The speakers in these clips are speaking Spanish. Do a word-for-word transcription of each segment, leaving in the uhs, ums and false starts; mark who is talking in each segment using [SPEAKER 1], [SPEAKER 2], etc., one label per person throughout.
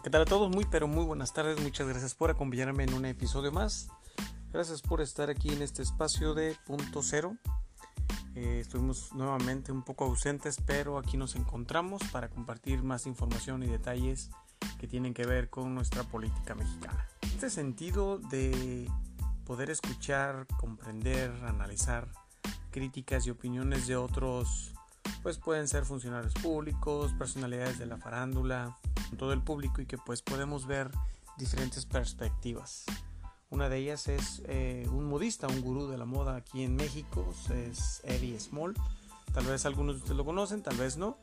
[SPEAKER 1] ¿Qué tal a todos? Muy pero muy buenas tardes, muchas gracias por acompañarme en un episodio más. Gracias por estar aquí en este espacio de Punto Cero. Eh, estuvimos nuevamente un poco ausentes, pero aquí nos encontramos para compartir más información y detalles que tienen que ver con nuestra política mexicana. En este sentido de poder escuchar, comprender, analizar críticas y opiniones de otros, pues pueden ser funcionarios públicos, personalidades de la farándula, todo el público, y que pues podemos ver diferentes perspectivas. Una de ellas es eh, un modista, un gurú de la moda aquí en México, es Eddie Small. Tal vez algunos de ustedes lo conocen, tal vez no,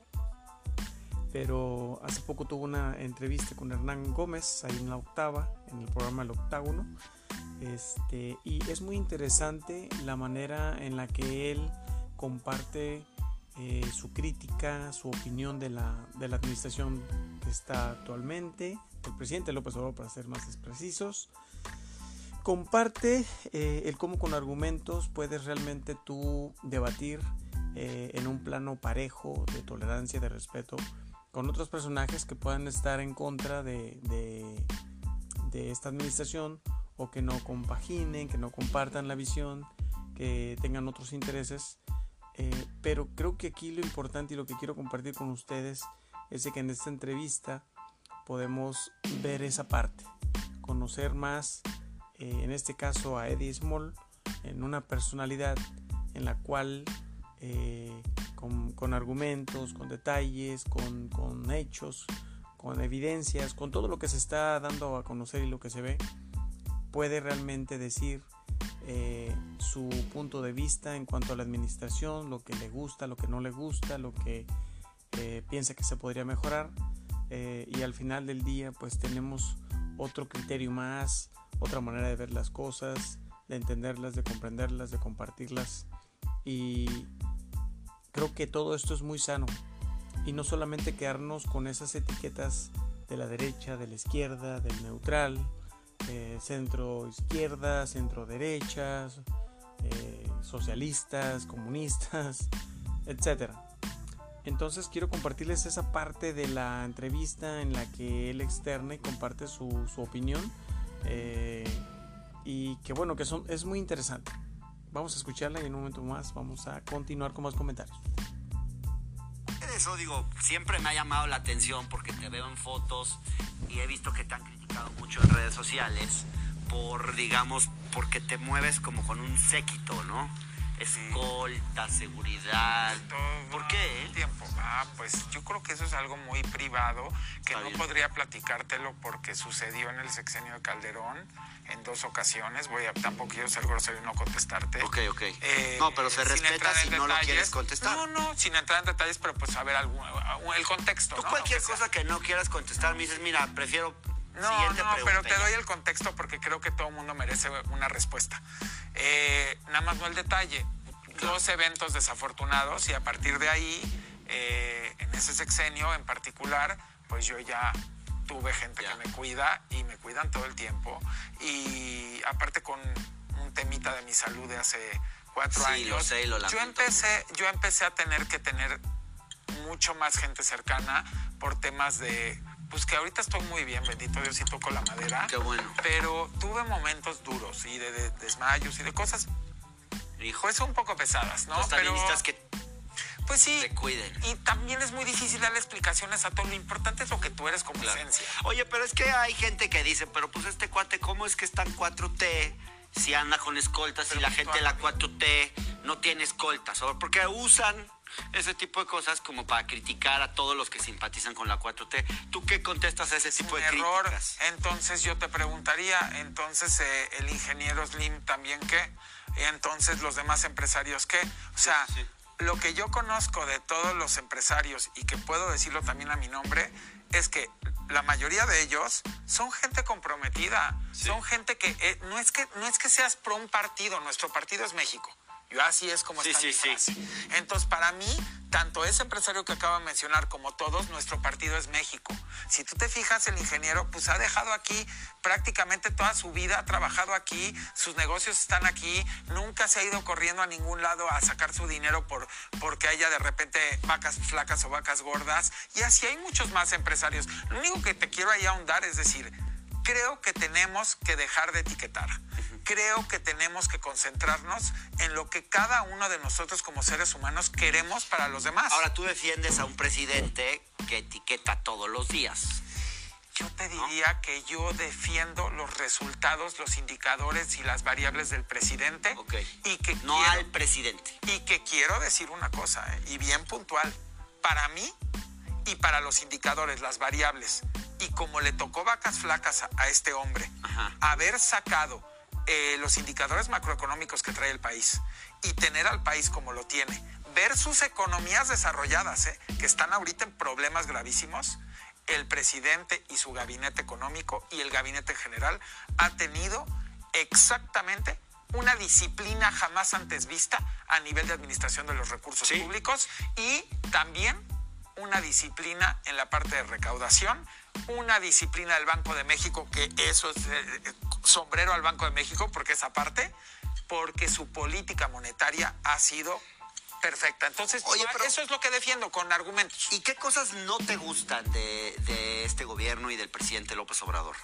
[SPEAKER 1] pero hace poco tuvo una entrevista con Hernán Gómez ahí en La Octava, en el programa El Octágono. Este, y es muy interesante la manera en la que él comparte eh, su crítica, su opinión de la, de la administración que está actualmente, el presidente López Obrador, para ser más precisos. Comparte eh, el cómo con argumentos puedes realmente tú debatir eh, en un plano parejo de tolerancia, de respeto, con otros personajes que puedan estar en contra de, de, de esta administración, o que no compaginen, que no compartan la visión, que tengan otros intereses. Eh, pero creo que aquí lo importante y lo que quiero compartir con ustedes es de que en esta entrevista podemos ver esa parte, conocer más, eh, en este caso a Eddie Small, en una personalidad en la cual eh, con, con argumentos, con detalles, con, con hechos, con evidencias, con todo lo que se está dando a conocer y lo que se ve, puede realmente decir eh, su punto de vista en cuanto a la administración, lo que le gusta, lo que no le gusta, lo que eh, piensa que se podría mejorar, eh, y al final del día pues tenemos otro criterio más, otra manera de ver las cosas, de entenderlas, de comprenderlas, de compartirlas, y creo que todo esto es muy sano, y no solamente quedarnos con esas etiquetas de la derecha, de la izquierda, del neutral, Eh, centro izquierda, centro derecha, eh, socialistas, comunistas, etcétera. Entonces quiero compartirles esa parte de la entrevista en la que él externa y comparte su, su opinión, eh, y que bueno, que son, es muy interesante. Vamos a escucharla y en un momento más vamos a continuar con más comentarios.
[SPEAKER 2] Eso digo, siempre me ha llamado la atención porque te veo en fotos y he visto que te han criticado mucho en redes sociales por, digamos, porque te mueves como con un séquito, ¿no? Escolta, seguridad.
[SPEAKER 3] Todo
[SPEAKER 2] ¿Por qué?
[SPEAKER 3] El tiempo. Ah, pues yo creo que eso es algo muy privado que
[SPEAKER 2] Está
[SPEAKER 3] no
[SPEAKER 2] bien.
[SPEAKER 3] podría platicártelo porque sucedió en el sexenio de Calderón en dos ocasiones. Voy a, tampoco quiero ser grosero y no contestarte.
[SPEAKER 2] Ok, ok.
[SPEAKER 3] Eh,
[SPEAKER 2] no, pero se
[SPEAKER 3] sin
[SPEAKER 2] respeta
[SPEAKER 3] entrar en
[SPEAKER 2] si no lo
[SPEAKER 3] detalles.
[SPEAKER 2] quieres contestar.
[SPEAKER 3] No, no, sin entrar en detalles, pero pues saber algún, el contexto.
[SPEAKER 2] Tú
[SPEAKER 3] ¿no?
[SPEAKER 2] cualquier
[SPEAKER 3] Aunque sea.
[SPEAKER 2] cosa que no quieras contestar me dices, mira, prefiero
[SPEAKER 3] No,
[SPEAKER 2] siguiente
[SPEAKER 3] no,
[SPEAKER 2] pregunta.
[SPEAKER 3] pero te
[SPEAKER 2] ya.
[SPEAKER 3] doy el contexto porque creo que todo el mundo merece una respuesta. Eh, nada más no el detalle.
[SPEAKER 2] Claro.
[SPEAKER 3] Dos eventos desafortunados y a partir de ahí, eh, en ese sexenio en particular, pues yo ya tuve gente
[SPEAKER 2] Ya.
[SPEAKER 3] que me cuida y me cuidan todo el tiempo. Y aparte con un temita de mi salud de hace cuatro
[SPEAKER 2] Sí,
[SPEAKER 3] años,
[SPEAKER 2] lo sé y lo lamento
[SPEAKER 3] yo empecé, yo empecé a tener que tener mucho más gente cercana por temas de, pues que ahorita estoy muy bien, bendito Dios, y toco la madera.
[SPEAKER 2] Qué bueno.
[SPEAKER 3] Pero tuve momentos duros y de, de desmayos y de cosas,
[SPEAKER 2] Hijo,
[SPEAKER 3] pues un poco pesadas, ¿no?
[SPEAKER 2] entonces también
[SPEAKER 3] Pero,
[SPEAKER 2] necesitas que
[SPEAKER 3] pues sí,
[SPEAKER 2] te cuiden.
[SPEAKER 3] y también es muy difícil darle explicaciones a todo. Lo importante es lo que tú eres como
[SPEAKER 2] Claro.
[SPEAKER 3] esencia.
[SPEAKER 2] Oye, pero es que hay gente que dice, pero pues este cuate, ¿cómo es que está en cuatro T si anda con escoltas,
[SPEAKER 3] Pero
[SPEAKER 2] si la
[SPEAKER 3] tú
[SPEAKER 2] gente de
[SPEAKER 3] hablas.
[SPEAKER 2] la cuatro T no tiene escoltas? ¿O porque usan ese tipo de cosas como para criticar a todos los que simpatizan con la cuatro T? ¿Tú qué contestas a ese tipo
[SPEAKER 3] Un
[SPEAKER 2] de
[SPEAKER 3] error.
[SPEAKER 2] críticas?
[SPEAKER 3] Entonces yo te preguntaría, entonces eh, el ingeniero Slim también qué, y entonces los demás empresarios qué. O sea,
[SPEAKER 2] Sí, sí.
[SPEAKER 3] lo que yo conozco de todos los empresarios y que puedo decirlo también a mi nombre es que la mayoría de ellos son gente comprometida,
[SPEAKER 2] Sí.
[SPEAKER 3] son gente que eh, no es que no es que seas pro un partido, nuestro partido es México. Yo así es como
[SPEAKER 2] Sí,
[SPEAKER 3] está
[SPEAKER 2] sí,
[SPEAKER 3] mi frase.
[SPEAKER 2] sí.
[SPEAKER 3] Entonces, para mí, tanto ese empresario que acabo de mencionar como todos, nuestro partido es México. Si tú te fijas, el ingeniero pues ha dejado aquí prácticamente toda su vida, ha trabajado aquí, sus negocios están aquí, nunca se ha ido corriendo a ningún lado a sacar su dinero por, porque haya de repente vacas flacas o vacas gordas. Y así hay muchos más empresarios. Lo único que te quiero ahí ahondar es decir, creo que tenemos que dejar de etiquetar. Creo que tenemos que concentrarnos en lo que cada uno de nosotros como seres humanos queremos para los demás.
[SPEAKER 2] Ahora, tú defiendes a un presidente que etiqueta todos los días.
[SPEAKER 3] Yo te diría ¿no? que yo defiendo los resultados, los indicadores y las variables del presidente.
[SPEAKER 2] Okay.
[SPEAKER 3] Y que
[SPEAKER 2] no
[SPEAKER 3] quiero,
[SPEAKER 2] al presidente.
[SPEAKER 3] Y que quiero decir una cosa, ¿eh? Y bien puntual. Para mí y para los indicadores, las variables, y como le tocó vacas flacas a, a este hombre, Ajá. haber sacado Eh, los indicadores macroeconómicos que trae el país y tener al país como lo tiene, ver sus economías desarrolladas, eh, que están ahorita en problemas gravísimos, el presidente y su gabinete económico y el gabinete en general ha tenido exactamente una disciplina jamás antes vista a nivel de administración de los recursos ¿Sí? públicos y también una disciplina en la parte de recaudación, una disciplina del Banco de México, que eso es eh, sombrero al Banco de México, porque esa parte, porque su política monetaria ha sido perfecta. Entonces, Oye, yo, pero, eso es lo que defiendo con argumentos.
[SPEAKER 2] ¿Y qué cosas no te gustan de, de este gobierno y del presidente López Obrador?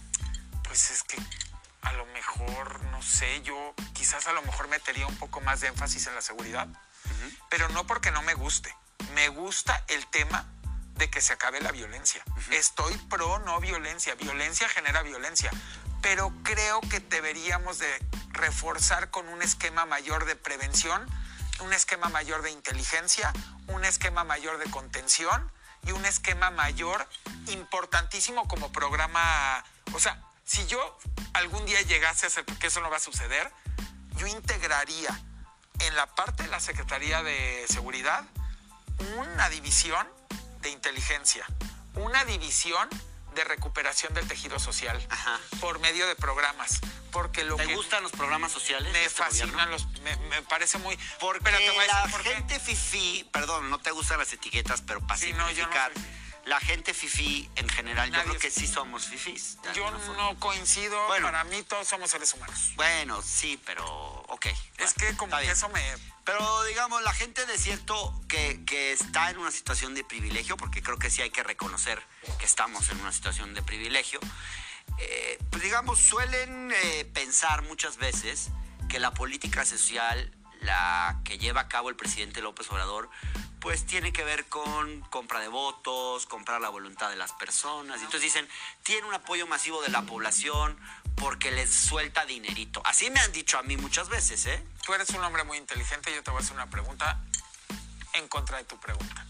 [SPEAKER 3] Pues es que a lo mejor, no sé, yo quizás a lo mejor metería un poco más de énfasis en la seguridad, uh-huh. pero no porque no me guste. Me gusta el tema de que se acabe la violencia. Uh-huh. Estoy pro no violencia. Violencia genera violencia. Pero creo que deberíamos de reforzar con un esquema mayor de prevención, un esquema mayor de inteligencia, un esquema mayor de contención y un esquema mayor importantísimo como programa. O sea, si yo algún día llegase a hacer, porque eso no va a suceder, yo integraría en la parte de la Secretaría de Seguridad una división de inteligencia, una división de recuperación del tejido social Ajá. por medio de programas. Porque lo
[SPEAKER 2] ¿Te
[SPEAKER 3] que
[SPEAKER 2] gustan los programas sociales?
[SPEAKER 3] Me
[SPEAKER 2] este
[SPEAKER 3] fascinan los, me, me parece muy.
[SPEAKER 2] Porque pero te voy a decir la por gente qué. Fifí, perdón, no te gustan las etiquetas, pero para sí, simplificar, no, no la gente fifí en general, Nadie yo creo que sí somos fifís.
[SPEAKER 3] Yo no coincido, bueno, para mí todos somos seres humanos.
[SPEAKER 2] Bueno, sí, pero ok.
[SPEAKER 3] Es
[SPEAKER 2] bueno,
[SPEAKER 3] que como que eso me.
[SPEAKER 2] Pero digamos, la gente de cierto que, que está en una situación de privilegio, porque creo que sí hay que reconocer que estamos en una situación de privilegio, eh, pues digamos, suelen eh, pensar muchas veces que la política social, la que lleva a cabo el presidente López Obrador, pues tiene que ver con compra de votos, comprar la voluntad de las personas. Y entonces dicen, tiene un apoyo masivo de la población porque les suelta dinerito. Así me han dicho a mí muchas veces, ¿eh?
[SPEAKER 3] Tú eres un hombre muy inteligente, yo te voy a hacer una pregunta en contra de tu pregunta.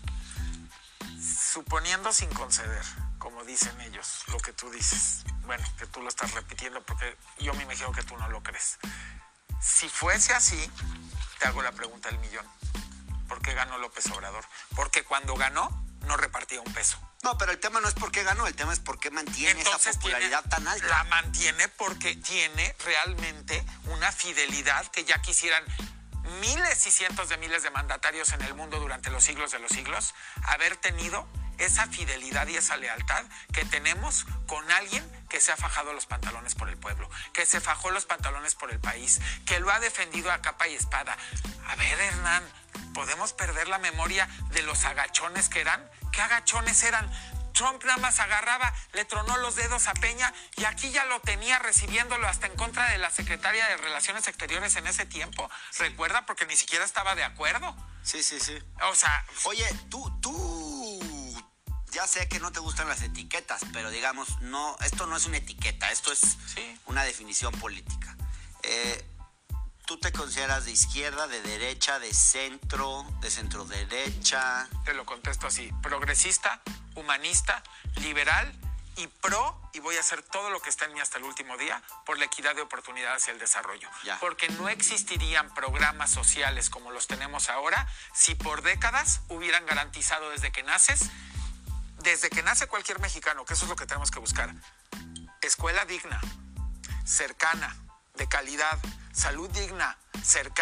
[SPEAKER 3] Suponiendo sin conceder, como dicen ellos, lo que tú dices, bueno, que tú lo estás repitiendo porque yo me imagino que tú no lo crees. Si fuese así, te hago la pregunta del millón. ¿Por qué ganó López Obrador? Porque cuando ganó, no repartía un peso.
[SPEAKER 2] No, pero el tema no es por qué ganó, el tema es por qué mantiene Entonces, esa popularidad
[SPEAKER 3] tiene,
[SPEAKER 2] tan alta.
[SPEAKER 3] La mantiene porque tiene realmente una fidelidad que ya quisieran miles y cientos de miles de mandatarios en el mundo durante los siglos de los siglos, haber tenido esa fidelidad y esa lealtad que tenemos con alguien que se ha fajado los pantalones por el pueblo, que se fajó los pantalones por el país, que lo ha defendido a capa y espada. A ver, Hernán, ¿podemos perder la memoria de los agachones que eran? ¿Qué agachones eran? Trump nada más agarraba, le tronó los dedos a Peña y aquí ya lo tenía recibiéndolo hasta en contra de la secretaria de Relaciones Exteriores en ese tiempo. Sí. ¿Recuerda? Porque ni siquiera estaba de acuerdo.
[SPEAKER 2] Sí, sí, sí.
[SPEAKER 3] O sea...
[SPEAKER 2] Oye, tú, tú... Ya sé que no te gustan las etiquetas, pero digamos, no, esto no es una etiqueta, esto es sí. una definición política. Eh, ¿Tú te consideras de izquierda, de derecha, de centro, de centro derecha?
[SPEAKER 3] Te lo contesto así, progresista, humanista, liberal y pro, y voy a hacer todo lo que está en mí hasta el último día, por la equidad de oportunidades y el desarrollo.
[SPEAKER 2] Ya.
[SPEAKER 3] Porque no existirían programas sociales como los tenemos ahora si por décadas hubieran garantizado desde que naces, desde que nace cualquier mexicano, que eso es lo que tenemos que buscar, escuela digna, cercana, de calidad, salud digna, cercana,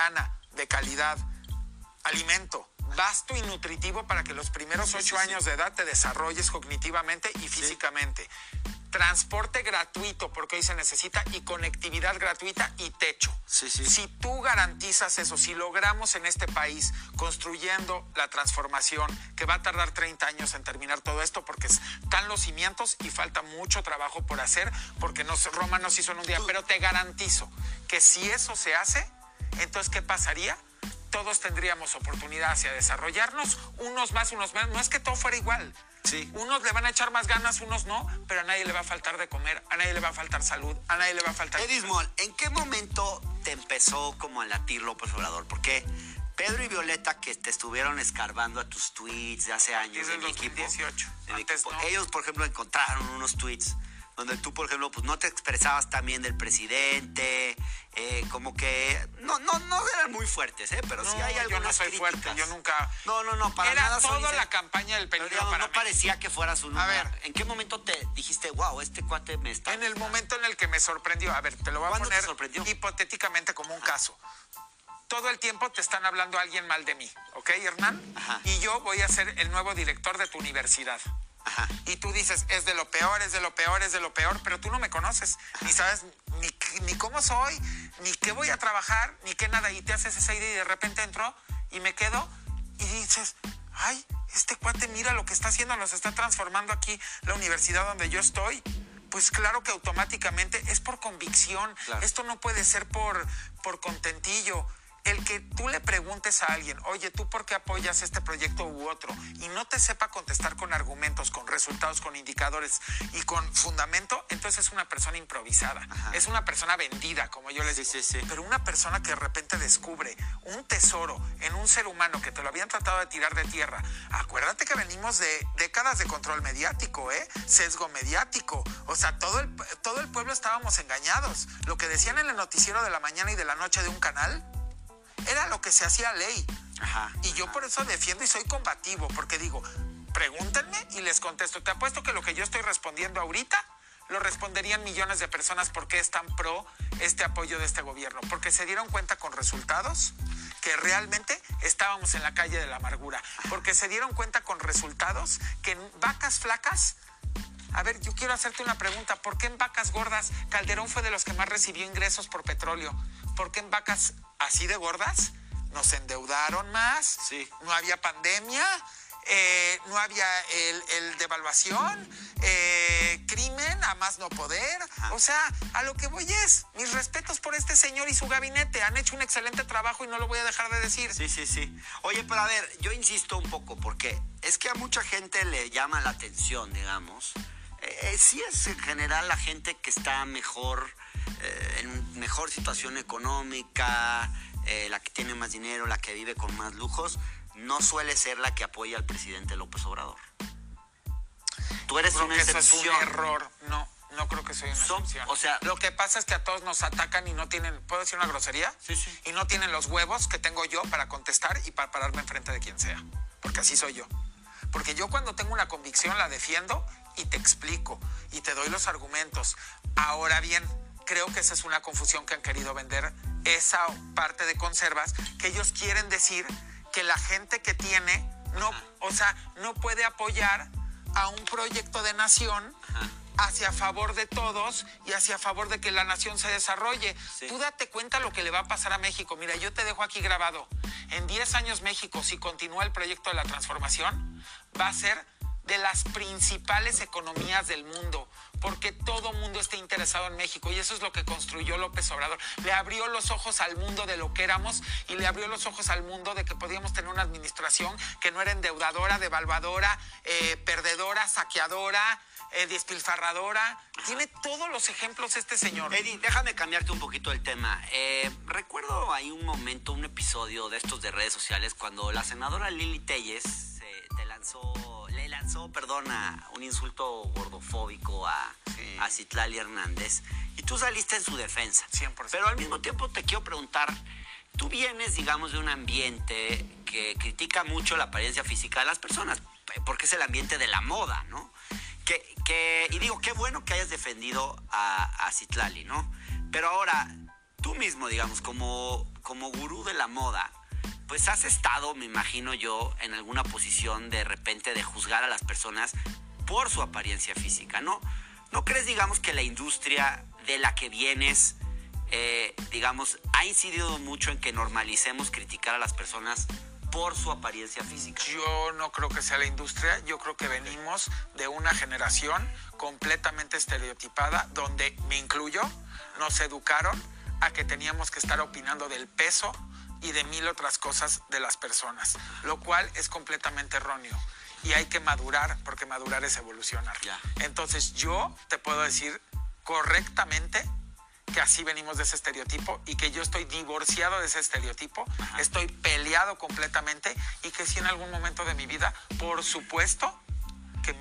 [SPEAKER 3] de calidad, alimento, vasto y nutritivo para que los primeros ocho sí, sí, años sí. de edad te desarrolles cognitivamente y físicamente. Sí. Transporte gratuito, porque hoy se necesita, y conectividad gratuita y techo.
[SPEAKER 2] Sí, sí.
[SPEAKER 3] Si tú garantizas eso, si logramos en este país construyendo la transformación, que va a tardar treinta años en terminar todo esto, porque están los cimientos y falta mucho trabajo por hacer, porque nos, Roma nos hizo en un día, tú... pero te garantizo que si eso se hace, entonces, ¿qué pasaría? Todos tendríamos oportunidad hacia desarrollarnos, unos más, unos menos. No es que todo fuera igual.
[SPEAKER 2] Sí.
[SPEAKER 3] Unos le van a echar más ganas, unos no, pero a nadie le va a faltar de comer, a nadie le va a faltar salud, a nadie le va a faltar...
[SPEAKER 2] Edismol, ¿en qué momento te empezó como a latir López Obrador? Porque Pedro y Violeta, que te estuvieron escarbando a tus tweets de hace años
[SPEAKER 3] desde
[SPEAKER 2] de mi
[SPEAKER 3] dos mil dieciocho.
[SPEAKER 2] equipo, de mi
[SPEAKER 3] Antes
[SPEAKER 2] equipo,
[SPEAKER 3] no.
[SPEAKER 2] ellos, por ejemplo, encontraron unos tweets donde tú, por ejemplo, pues no te expresabas tan bien del presidente, eh, como que no, no, no eran muy fuertes, ¿eh? Pero
[SPEAKER 3] no,
[SPEAKER 2] sí hay algunas
[SPEAKER 3] yo no soy
[SPEAKER 2] críticas.
[SPEAKER 3] fuerte, yo nunca...
[SPEAKER 2] No, no, no, para
[SPEAKER 3] Era
[SPEAKER 2] nada.
[SPEAKER 3] toda
[SPEAKER 2] soy...
[SPEAKER 3] la campaña del peligro
[SPEAKER 2] digamos,
[SPEAKER 3] para
[SPEAKER 2] no
[SPEAKER 3] mí.
[SPEAKER 2] parecía que fueras un...
[SPEAKER 3] A ver.
[SPEAKER 2] ¿En qué momento te dijiste, wow, este cuate me está...
[SPEAKER 3] En el momento en el que me sorprendió, a ver, te lo voy a
[SPEAKER 2] ¿Cuándo
[SPEAKER 3] poner
[SPEAKER 2] te sorprendió?
[SPEAKER 3] hipotéticamente como un caso. Todo el tiempo te están hablando alguien mal de mí, ¿ok, Hernán?
[SPEAKER 2] Ajá.
[SPEAKER 3] Y yo voy a ser el nuevo director de tu universidad.
[SPEAKER 2] Ajá.
[SPEAKER 3] Y tú dices, es de lo peor, es de lo peor, es de lo peor, pero tú no me conoces, Ajá. ni sabes ni, ni cómo soy, ni qué voy a trabajar, ni qué nada, y te haces esa idea y de repente entro y me quedo y dices, ay, este cuate mira lo que está haciendo, nos está transformando aquí la universidad donde yo estoy. Pues claro que automáticamente es por convicción, claro. Esto no puede ser por, por contentillo. El que tú le preguntes a alguien, oye, ¿tú por qué apoyas este proyecto u otro? Y no te sepa contestar con argumentos, con resultados, con indicadores y con fundamento, entonces es una persona improvisada. Ajá. Es una persona vendida, como yo les
[SPEAKER 2] sí,
[SPEAKER 3] digo.
[SPEAKER 2] Sí, sí.
[SPEAKER 3] Pero una persona que de repente descubre un tesoro en un ser humano que te lo habían tratado de tirar de tierra. Acuérdate que venimos de décadas de control mediático, ¿eh? Sesgo mediático. O sea, todo el, todo el pueblo estábamos engañados. Lo que decían en el noticiero de la mañana y de la noche de un canal era lo que se hacía ley.
[SPEAKER 2] Ajá,
[SPEAKER 3] y yo
[SPEAKER 2] ajá.
[SPEAKER 3] por eso defiendo y soy combativo, porque digo, pregúntenme y les contesto. Te apuesto que lo que yo estoy respondiendo ahorita lo responderían millones de personas porque es tan pro este apoyo de este gobierno, porque se dieron cuenta con resultados que realmente estábamos en la calle de la amargura, porque se dieron cuenta con resultados que en vacas flacas... A ver, yo quiero hacerte una pregunta. ¿Por qué en vacas gordas Calderón fue de los que más recibió ingresos por petróleo? ¿Por qué en vacas así de gordas nos endeudaron más?
[SPEAKER 2] Sí.
[SPEAKER 3] No había pandemia, eh, no había el, el devaluación, eh, crimen a más no poder.
[SPEAKER 2] Ajá.
[SPEAKER 3] O sea, a lo que voy es, mis respetos por este señor y su gabinete. Han hecho un excelente trabajo y no lo voy a dejar de decir.
[SPEAKER 2] Sí, sí, sí. Oye, pero a ver, yo insisto un poco porque es que a mucha gente le llama la atención, digamos. Eh, sí es en general la gente que está mejor, eh, en mejor situación económica, eh, la que tiene más dinero, la que vive con más lujos, no suele ser la que apoya al presidente López Obrador. Tú eres
[SPEAKER 3] creo
[SPEAKER 2] una
[SPEAKER 3] que
[SPEAKER 2] excepción.
[SPEAKER 3] Eso es un error. No, no creo que soy una
[SPEAKER 2] Son,
[SPEAKER 3] excepción.
[SPEAKER 2] o sea,
[SPEAKER 3] lo que pasa es que a todos nos atacan y no tienen, ¿puedo decir una grosería?
[SPEAKER 2] Sí, sí.
[SPEAKER 3] Y no tienen los huevos que tengo yo para contestar y para pararme enfrente de quien sea. Porque así soy yo. Porque yo cuando tengo una convicción la defiendo y te explico y te doy los argumentos. Ahora bien, creo que esa es una confusión que han querido vender esa parte de conservas, que ellos quieren decir que la gente que tiene, no, o sea, no puede apoyar a un proyecto de nación hacia favor de todos y hacia favor de que la nación se desarrolle. Sí. Tú date cuenta lo que le va a pasar a México. Mira, yo te dejo aquí grabado. En diez años México, si continúa el proyecto de la transformación, va a ser de las principales economías del mundo, porque todo mundo está interesado en México y eso es lo que construyó López Obrador. Le abrió los ojos al mundo de lo que éramos y le abrió los ojos al mundo de que podíamos tener una administración que no era endeudadora, devaluadora, eh, perdedora, saqueadora, eh, despilfarradora. Ajá. Tiene todos los ejemplos este señor.
[SPEAKER 2] Eddie, déjame cambiarte un poquito el tema. Eh, recuerdo ahí un momento, un episodio de estos de redes sociales cuando la senadora Lili Téllez eh, te lanzó, le lanzó, perdona, un insulto gordofóbico a, sí. a Citlali Hernández y tú saliste en su defensa.
[SPEAKER 3] cien por ciento.
[SPEAKER 2] Pero al mismo tiempo te quiero preguntar, tú vienes, digamos, de un ambiente que critica mucho la apariencia física de las personas, porque es el ambiente de la moda, ¿no? Que, que, y digo, qué bueno que hayas defendido a, a Citlali, ¿no? Pero ahora, tú mismo, digamos, como, como gurú de la moda, pues has estado, me imagino yo, en alguna posición de repente de juzgar a las personas por su apariencia física, ¿no? ¿No crees, digamos, que la industria de la que vienes, eh, digamos, ha incidido mucho en que normalicemos criticar a las personas por su apariencia física?
[SPEAKER 3] Yo no creo que sea la industria, yo creo que venimos de una generación completamente estereotipada, donde, me incluyo, nos educaron a que teníamos que estar opinando del peso y de mil otras cosas de las personas, lo cual es completamente erróneo. Y hay que madurar, porque madurar es evolucionar.
[SPEAKER 2] Ya.
[SPEAKER 3] Entonces yo te puedo decir correctamente que así venimos de ese estereotipo y que yo estoy divorciado de ese estereotipo. Ajá. Estoy peleado completamente y que si en algún momento de mi vida, por supuesto, que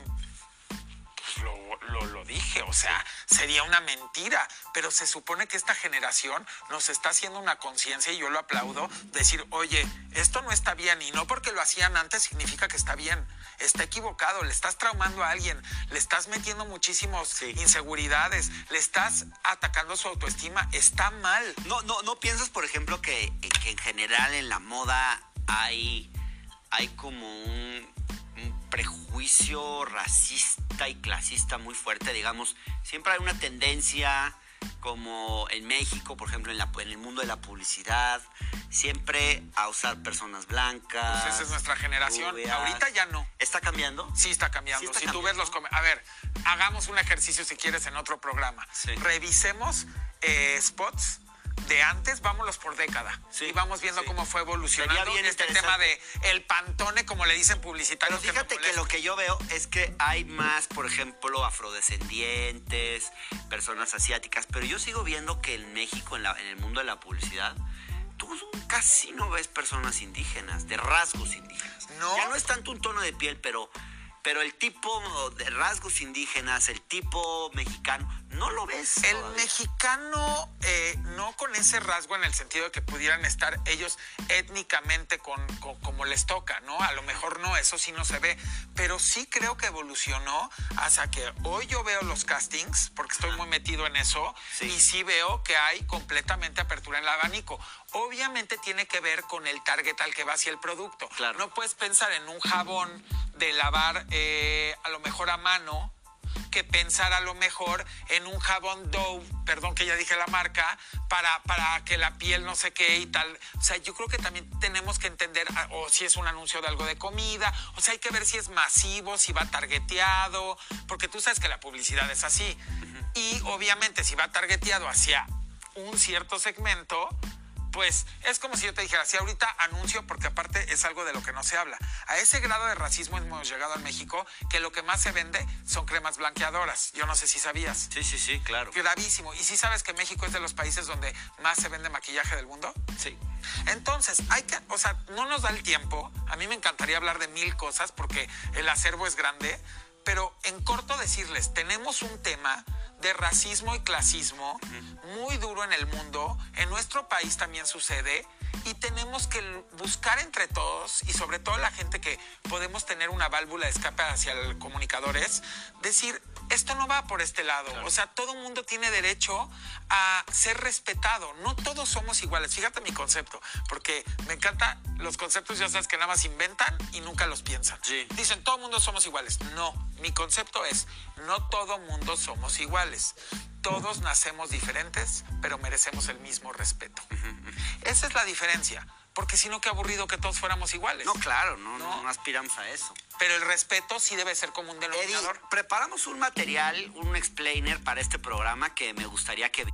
[SPEAKER 3] pues, lo, lo, lo dije, o sea, sería una mentira, pero se supone que esta generación nos está haciendo una conciencia, y yo lo aplaudo, decir, oye, esto no está bien, y no porque lo hacían antes significa que está bien. Está equivocado, le estás traumando a alguien, le estás metiendo muchísimas sí. inseguridades, le estás atacando su autoestima, está mal.
[SPEAKER 2] No, no, ¿no piensas, por ejemplo, que, que en general en la moda hay, hay como un, un prejuicio racista y clasista muy fuerte? Digamos, siempre hay una tendencia, como en México, por ejemplo, en, la, en el mundo de la publicidad, siempre a usar personas blancas.
[SPEAKER 3] Pues esa es nuestra generación. Rubias. Ahorita ya no.
[SPEAKER 2] ¿Está cambiando?
[SPEAKER 3] Sí, está cambiando. Sí está si cambiando. Tú ves los... Com- a ver, hagamos un ejercicio si quieres en otro programa. Sí. Revisemos eh, spots de antes, vámonos por década. Sí, y vamos viendo sí. cómo fue evolucionando bien este tema de el Pantone, como le dicen publicitarios.
[SPEAKER 2] Pero fíjate que, que lo que yo veo es que hay más, por ejemplo, afrodescendientes, personas asiáticas, pero yo sigo viendo que en México, en, la, en el mundo de la publicidad, tú casi no ves personas indígenas, de rasgos indígenas. No. Ya no es tanto un tono de piel, pero... Pero el tipo de rasgos indígenas, el tipo mexicano, no lo ves.
[SPEAKER 3] El todavía. mexicano, eh, no con ese rasgo en el sentido de que pudieran estar ellos étnicamente con, con, como les toca, ¿no? A lo mejor no, eso sí no se ve. Pero sí creo que evolucionó hasta que hoy yo veo los castings, porque estoy muy metido en eso, sí. y sí veo que hay completamente apertura en el abanico. Obviamente tiene que ver con el target al que va hacia el producto. Claro. No puedes pensar en un jabón de lavar eh, a lo mejor a mano, que pensar a lo mejor en un jabón Dove, perdón que ya dije la marca, para, para que la piel no sé qué y tal. O sea, yo creo que también tenemos que entender, o si es un anuncio de algo de comida, o sea, hay que ver si es masivo, si va targeteado, porque tú sabes que la publicidad es así. Uh-huh. Y obviamente si va targeteado hacia un cierto segmento, pues es como si yo te dijera, si ahorita anuncio, porque aparte es algo de lo que no se habla. A ese grado de racismo hemos llegado en México que lo que más se vende son cremas blanqueadoras. Yo no sé si sabías.
[SPEAKER 2] Sí, sí, sí, claro.
[SPEAKER 3] Gravísimo. ¿Y si sabes que México es de los países donde más se vende maquillaje del mundo?
[SPEAKER 2] Sí.
[SPEAKER 3] Entonces, hay que, o sea, no nos da el tiempo. A mí me encantaría hablar de mil cosas porque el acervo es grande, pero en corto decirles, tenemos un tema de racismo y clasismo muy duro en el mundo, en nuestro país también sucede, y tenemos que buscar entre todos, y sobre todo la gente que podemos tener una válvula de escape hacia los comunicadores, decir, esto no va por este lado. Claro. O sea, todo mundo tiene derecho a ser respetado. No todos somos iguales. Fíjate mi concepto, porque me encanta los conceptos, ya sabes que nada más inventan y nunca los piensan. Sí. Dicen, todo mundo somos iguales. No, mi concepto es, no todo mundo somos iguales. Todos nacemos diferentes, pero merecemos el mismo respeto. Uh-huh. Esa es la diferencia. Porque si no, qué aburrido que todos fuéramos iguales.
[SPEAKER 2] No, claro, no, no, no aspiramos a eso.
[SPEAKER 3] Pero el respeto sí debe ser como un denominador.
[SPEAKER 2] Eddie, preparamos un material, un explainer para este programa que me gustaría que...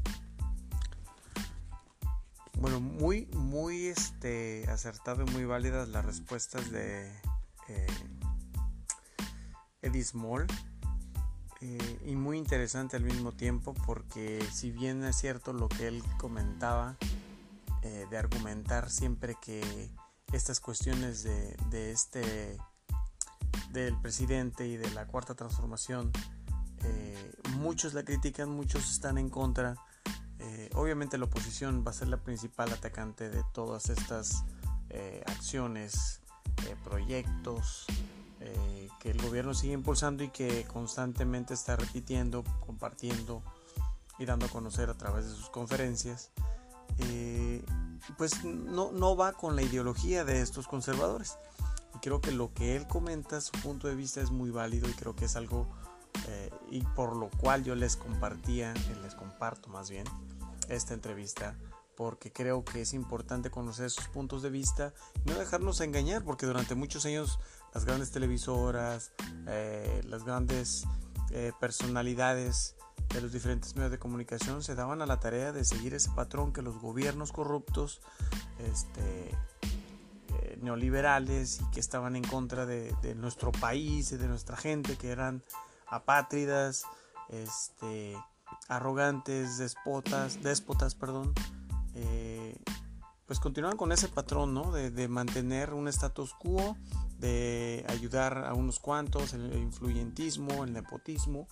[SPEAKER 1] Bueno, muy, muy este, acertado y muy válidas las respuestas de eh, Eddie Small. Eh, y muy interesante al mismo tiempo, porque si bien es cierto lo que él comentaba, eh, de argumentar siempre que estas cuestiones de, de este del presidente y de la cuarta transformación, eh, muchos la critican, muchos están en contra. Eh, obviamente la oposición va a ser la principal atacante de todas estas eh, acciones, eh, proyectos eh, que el gobierno sigue impulsando y que constantemente está repitiendo, compartiendo y dando a conocer a través de sus conferencias. Eh, pues no, no va con la ideología de estos conservadores. Y creo que lo que él comenta, su punto de vista es muy válido y creo que es algo eh, y por lo cual yo les compartía, les comparto más bien esta entrevista, porque creo que es importante conocer sus puntos de vista y no dejarnos engañar, porque durante muchos años las grandes televisoras, eh, las grandes eh, personalidades de los diferentes medios de comunicación se daban a la tarea de seguir ese patrón que los gobiernos corruptos, este, eh, neoliberales y que estaban en contra de, de nuestro país y de nuestra gente, que eran apátridas, este, arrogantes, despotas, déspotas, perdón, eh, pues continuaban con ese patrón, ¿no? De, de mantener un status quo, de ayudar a unos cuantos, el influyentismo, el nepotismo.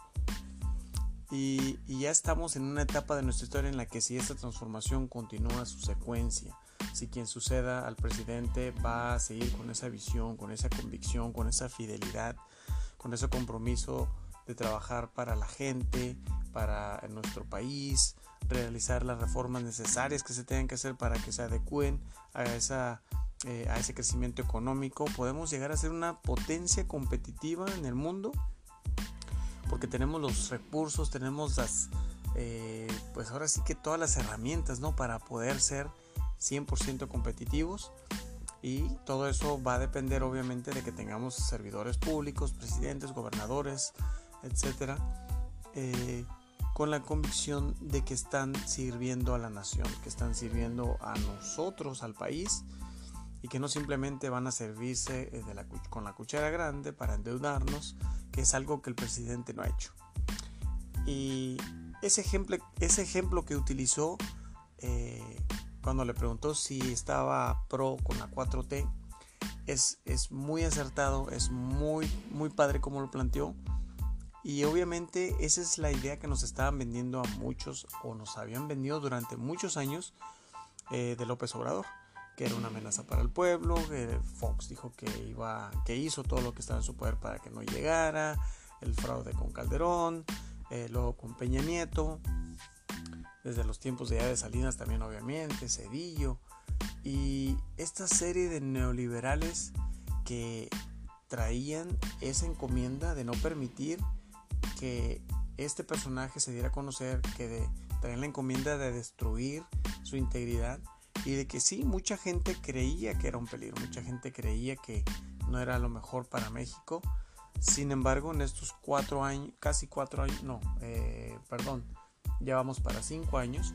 [SPEAKER 1] Y, y ya estamos en una etapa de nuestra historia en la que si esta transformación continúa su secuencia, si quien suceda al presidente va a seguir con esa visión, con esa convicción, con esa fidelidad, con ese compromiso de trabajar para la gente, para nuestro país, realizar las reformas necesarias que se tengan que hacer para que se adecúen a, esa, eh, a ese crecimiento económico, podemos llegar a ser una potencia competitiva en el mundo, porque tenemos los recursos, tenemos las, eh, pues ahora sí que todas las herramientas, ¿no? Para poder ser cien por ciento competitivos, y todo eso va a depender obviamente de que tengamos servidores públicos, presidentes, gobernadores, etcétera, eh, con la convicción de que están sirviendo a la nación, que están sirviendo a nosotros, al país, y que no simplemente van a servirse de la, con la cuchara grande para endeudarnos, que es algo que el presidente no ha hecho. Y ese ejemplo, ese ejemplo que utilizó eh, cuando le preguntó si estaba pro con la cuatro T es, es muy acertado, es muy, muy padre como lo planteó. Y obviamente esa es la idea que nos estaban vendiendo a muchos, o nos habían vendido durante muchos años, eh, de López Obrador, que era una amenaza para el pueblo, que Fox dijo que iba, que hizo todo lo que estaba en su poder para que no llegara, el fraude con Calderón, eh, luego con Peña Nieto, desde los tiempos de, ya de Salinas también obviamente, Cedillo, y esta serie de neoliberales que traían esa encomienda de no permitir que este personaje se diera a conocer, que de, traían la encomienda de destruir su integridad, y de que sí, mucha gente creía que era un peligro, mucha gente creía que no era lo mejor para México. Sin embargo, en estos cuatro años, casi cuatro años, no, eh, perdón, ya vamos para cinco años,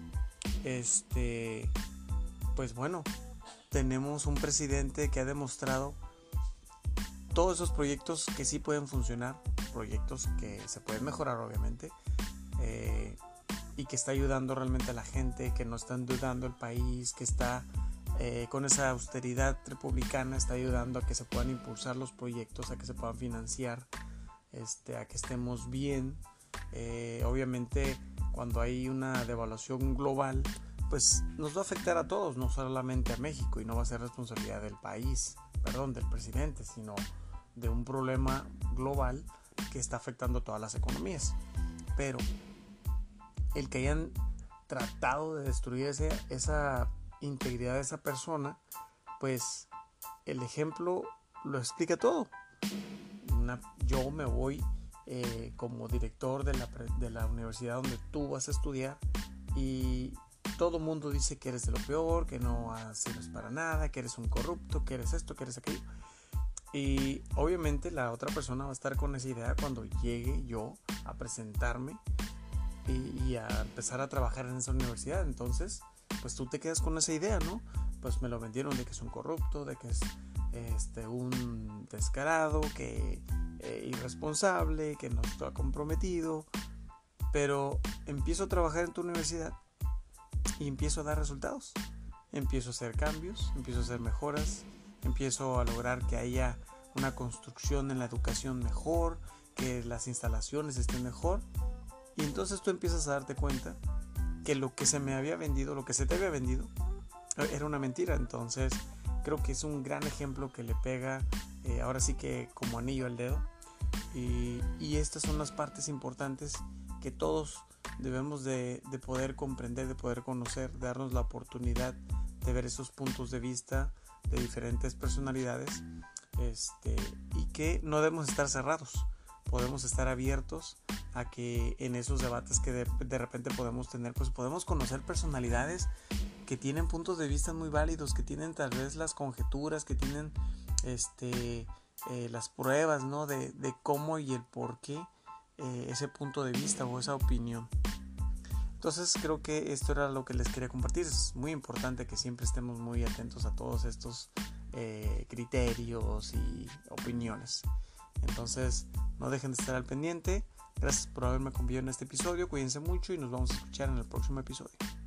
[SPEAKER 1] este, pues bueno, tenemos un presidente que ha demostrado todos esos proyectos que sí pueden funcionar, proyectos que se pueden mejorar obviamente, eh, y que está ayudando realmente a la gente, que no está endeudando el país, que está eh, con esa austeridad republicana, está ayudando a que se puedan impulsar los proyectos, a que se puedan financiar, este, a que estemos bien. Eh, obviamente cuando hay una devaluación global, pues nos va a afectar a todos, no solamente a México, y no va a ser responsabilidad del país, perdón, del presidente, sino de un problema global que está afectando todas las economías. Pero el que hayan tratado de destruir ese, esa integridad de esa persona, pues el ejemplo lo explica todo. Una, yo me voy eh, como director de la, de la universidad donde tú vas a estudiar, y todo el mundo dice que eres de lo peor, que no sirves para nada, que eres un corrupto, que eres esto, que eres aquello. Y obviamente la otra persona va a estar con esa idea cuando llegue yo a presentarme y, y a empezar a trabajar en esa universidad. Entonces, pues tú te quedas con esa idea, ¿no? Pues me lo vendieron de que es un corrupto, de que es este, un descarado, que eh, irresponsable, que no está comprometido. Pero empiezo a trabajar en tu universidad y empiezo a dar resultados. Empiezo a hacer cambios, empiezo a hacer mejoras, empiezo a lograr que haya una construcción en la educación mejor, que las instalaciones estén mejor, y entonces tú empiezas a darte cuenta que lo que se me había vendido, lo que se te había vendido, era una mentira. Entonces creo que es un gran ejemplo que le pega eh, ahora sí que como anillo al dedo, y, y estas son las partes importantes que todos debemos de, de poder comprender, de poder conocer, de darnos la oportunidad de ver esos puntos de vista de diferentes personalidades, este, y que no debemos estar cerrados, podemos estar abiertos a que en esos debates que de, de repente podemos tener, pues podemos conocer personalidades que tienen puntos de vista muy válidos, que tienen tal vez las conjeturas, que tienen este, eh, las pruebas, ¿no? de, de cómo y el por qué eh, ese punto de vista o esa opinión. Entonces creo que esto era lo que les quería compartir. Es muy importante que siempre estemos muy atentos a todos estos eh, criterios y opiniones. Entonces no dejen de estar al pendiente. Gracias por haberme acompañado en este episodio. Cuídense mucho y nos vamos a escuchar en el próximo episodio.